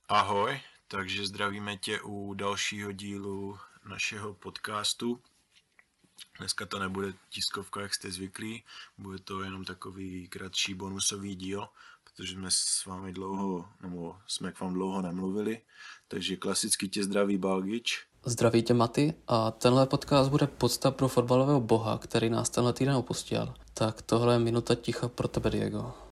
Ahoj, takže zdravíme tě u dalšího dílu našeho podcastu. Dneska to nebude tiskovka, jak jste zvyklí, bude to jenom takový kratší bonusový díl, protože jsme k vám dlouho nemluvili, takže klasicky tě zdraví Balgič. Zdraví tě Maty a tenhle podcast bude podsta pro fotbalového boha, který nás tenhle týden opustil. Tak tohle je minuta ticha pro tebe, Diego.